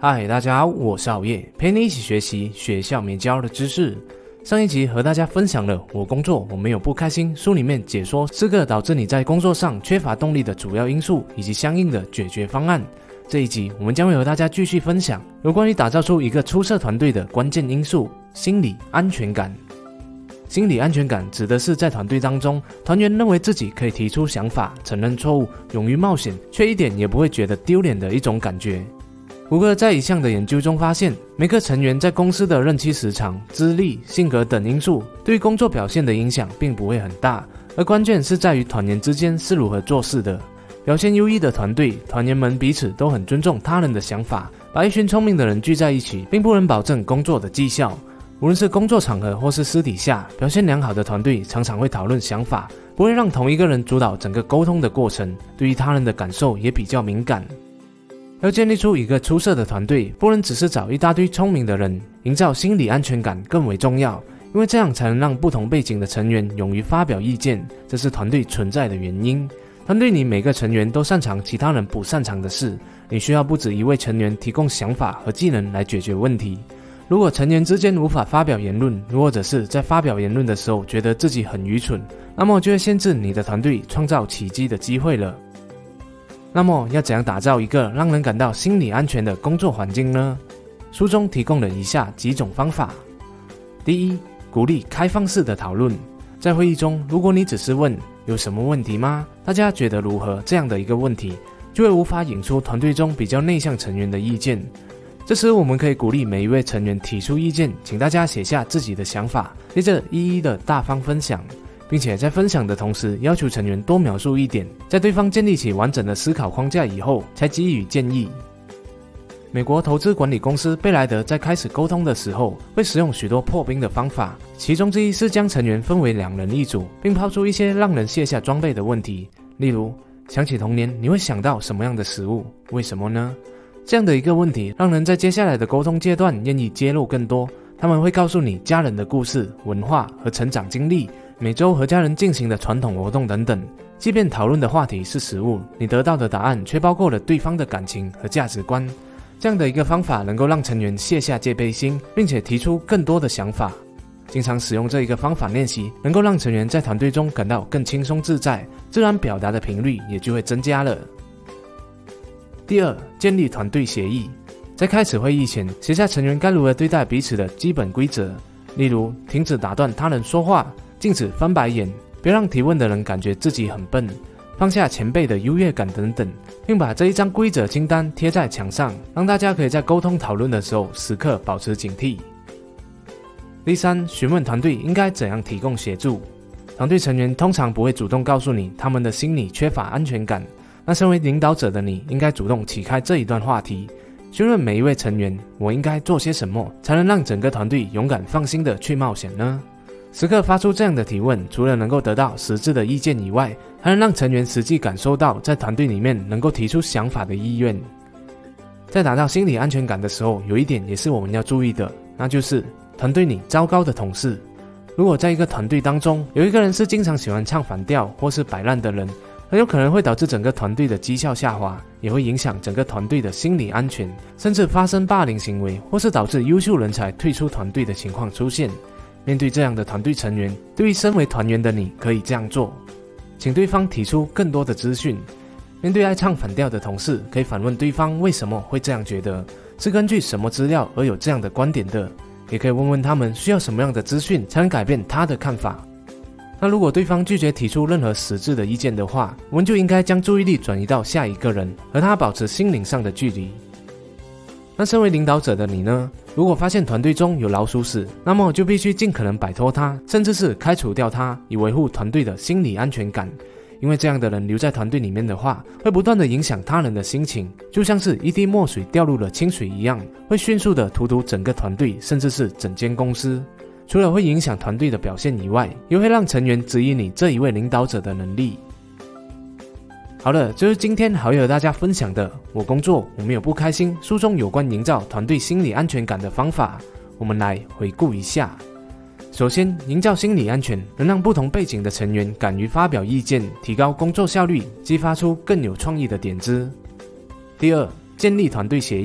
嗨，大家好，我是熬夜，陪你一起学习学校没教的知识。上一集和大家分享了我工作我没有不开心，书里面解说4个导致你在工作上缺乏动力的主要因素以及相应的解决方案。这一集我们将会和大家继续分享有关于打造出一个出色团队的关键因素——心理安全感。心理安全感指的是在团队当中，团员认为自己可以提出想法、承认错误、勇于冒险，却一点也不会觉得丢脸的一种感觉。谷歌在一项的研究中发现，每个成员在公司的任期时长、资历、性格等因素对于工作表现的影响并不会很大，而关键是在于团员之间是如何做事的。表现优异的团队，团员们彼此都很尊重他人的想法，把一群聪明的人聚在一起，并不能保证工作的绩效。无论是工作场合或是私底下，表现良好的团队常常会讨论想法，不会让同一个人主导整个沟通的过程，对于他人的感受也比较敏感。要建立出一个出色的团队，不能只是找一大堆聪明的人，营造心理安全感更为重要，因为这样才能让不同背景的成员勇于发表意见，这是团队存在的原因。团队里每个成员都擅长其他人不擅长的事，你需要不止一位成员提供想法和技能来解决问题。如果成员之间无法发表言论，或者是在发表言论的时候觉得自己很愚蠢，那么就会限制你的团队创造奇迹的机会了。那么要怎样打造一个让人感到心理安全的工作环境呢？书中提供了以下几种方法。第一，鼓励开放式的讨论。在会议中，如果你只是问有什么问题吗？大家觉得如何？这样的一个问题，就会无法引出团队中比较内向成员的意见。这时我们可以鼓励每一位成员提出意见，请大家写下自己的想法，接着一一的大方分享，并且在分享的同时要求成员多描述一点，在对方建立起完整的思考框架以后才给予建议。美国投资管理公司贝莱德在开始沟通的时候会使用许多破冰的方法，其中之一是将成员分为2人一组，并抛出一些让人卸下装备的问题，例如想起童年你会想到什么样的食物，为什么呢？这样的一个问题让人在接下来的沟通阶段愿意揭露更多，他们会告诉你家人的故事、文化和成长经历，每周和家人进行的传统活动等等。即便讨论的话题是食物，你得到的答案却包括了对方的感情和价值观。这样的一个方法能够让成员卸下戒备心，并且提出更多的想法。经常使用这一个方法练习，能够让成员在团队中感到更轻松自在，自然表达的频率也就会增加了。第二，建立团队协议。在开始会议前，写下成员该如何对待彼此的基本规则，例如停止打断他人说话，禁止翻白眼，别让提问的人感觉自己很笨，放下前辈的优越感等等，并把这一张规则清单贴在墙上，让大家可以在沟通讨论的时候时刻保持警惕。第三，询问团队应该怎样提供协助。团队成员通常不会主动告诉你他们的心理缺乏安全感，那身为领导者的你应该主动启开这一段话题，询问每一位成员，我应该做些什么才能让整个团队勇敢放心的去冒险呢？时刻发出这样的提问，除了能够得到实质的意见以外，还能让成员实际感受到在团队里面能够提出想法的意愿。在达到心理安全感的时候，有一点也是我们要注意的，那就是团队里糟糕的同事。如果在一个团队当中有一个人是经常喜欢唱反调或是摆烂的人，很有可能会导致整个团队的绩效下滑，也会影响整个团队的心理安全，甚至发生霸凌行为，或是导致优秀人才退出团队的情况出现。面对这样的团队成员，对于身为团员的你可以这样做，请对方提出更多的资讯。面对爱唱反调的同事，可以反问对方为什么会这样觉得，是根据什么资料而有这样的观点的，也可以问问他们需要什么样的资讯才能改变他的看法。那如果对方拒绝提出任何实质的意见的话，我们就应该将注意力转移到下一个人，和他保持心灵上的距离。那身为领导者的你呢？如果发现团队中有老鼠屎，那么就必须尽可能摆脱他，甚至是开除掉他，以维护团队的心理安全感。因为这样的人留在团队里面的话，会不断的影响他人的心情，就像是一滴墨水掉入了清水一样，会迅速的荼毒整个团队，甚至是整间公司。除了会影响团队的表现以外，也会让成员质疑你这一位领导者的能力。好了，这就是今天好友和大家分享的我工作我没有不开心书中有关营造团队心理安全感的方法，我们来回顾一下。首先，营造心理安全能让不同背景的成员敢于发表意见，提高工作效率，激发出更有创意的点子。第二，建立团队协议，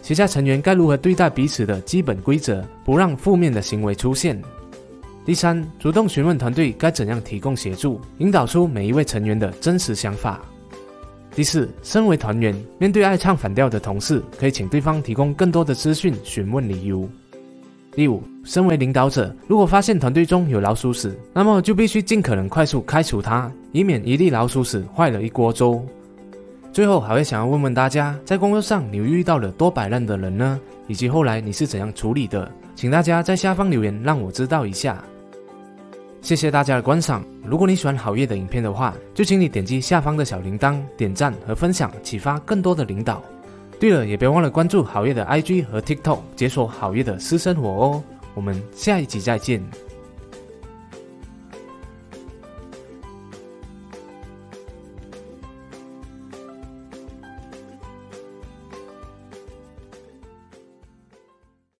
旗下成员该如何对待彼此的基本规则，不让负面的行为出现。第三，主动询问团队该怎样提供协助，引导出每一位成员的真实想法。第四，身为团员，面对爱唱反调的同事，可以请对方提供更多的资讯，询问理由。第五，身为领导者，如果发现团队中有老鼠屎，那么就必须尽可能快速开除它，以免一粒老鼠屎坏了一锅粥。最后还会想要问问大家，在工作上你遇到了多摆烂的人呢？以及后来你是怎样处理的？请大家在下方留言让我知道一下。谢谢大家的观赏，如果你喜欢好业的影片的话，就请你点击下方的小铃铛，点赞和分享，启发更多的领导。对了，也别忘了关注好业的 IG 和 TikTok， 解锁好业的私生活哦。我们下一集再见。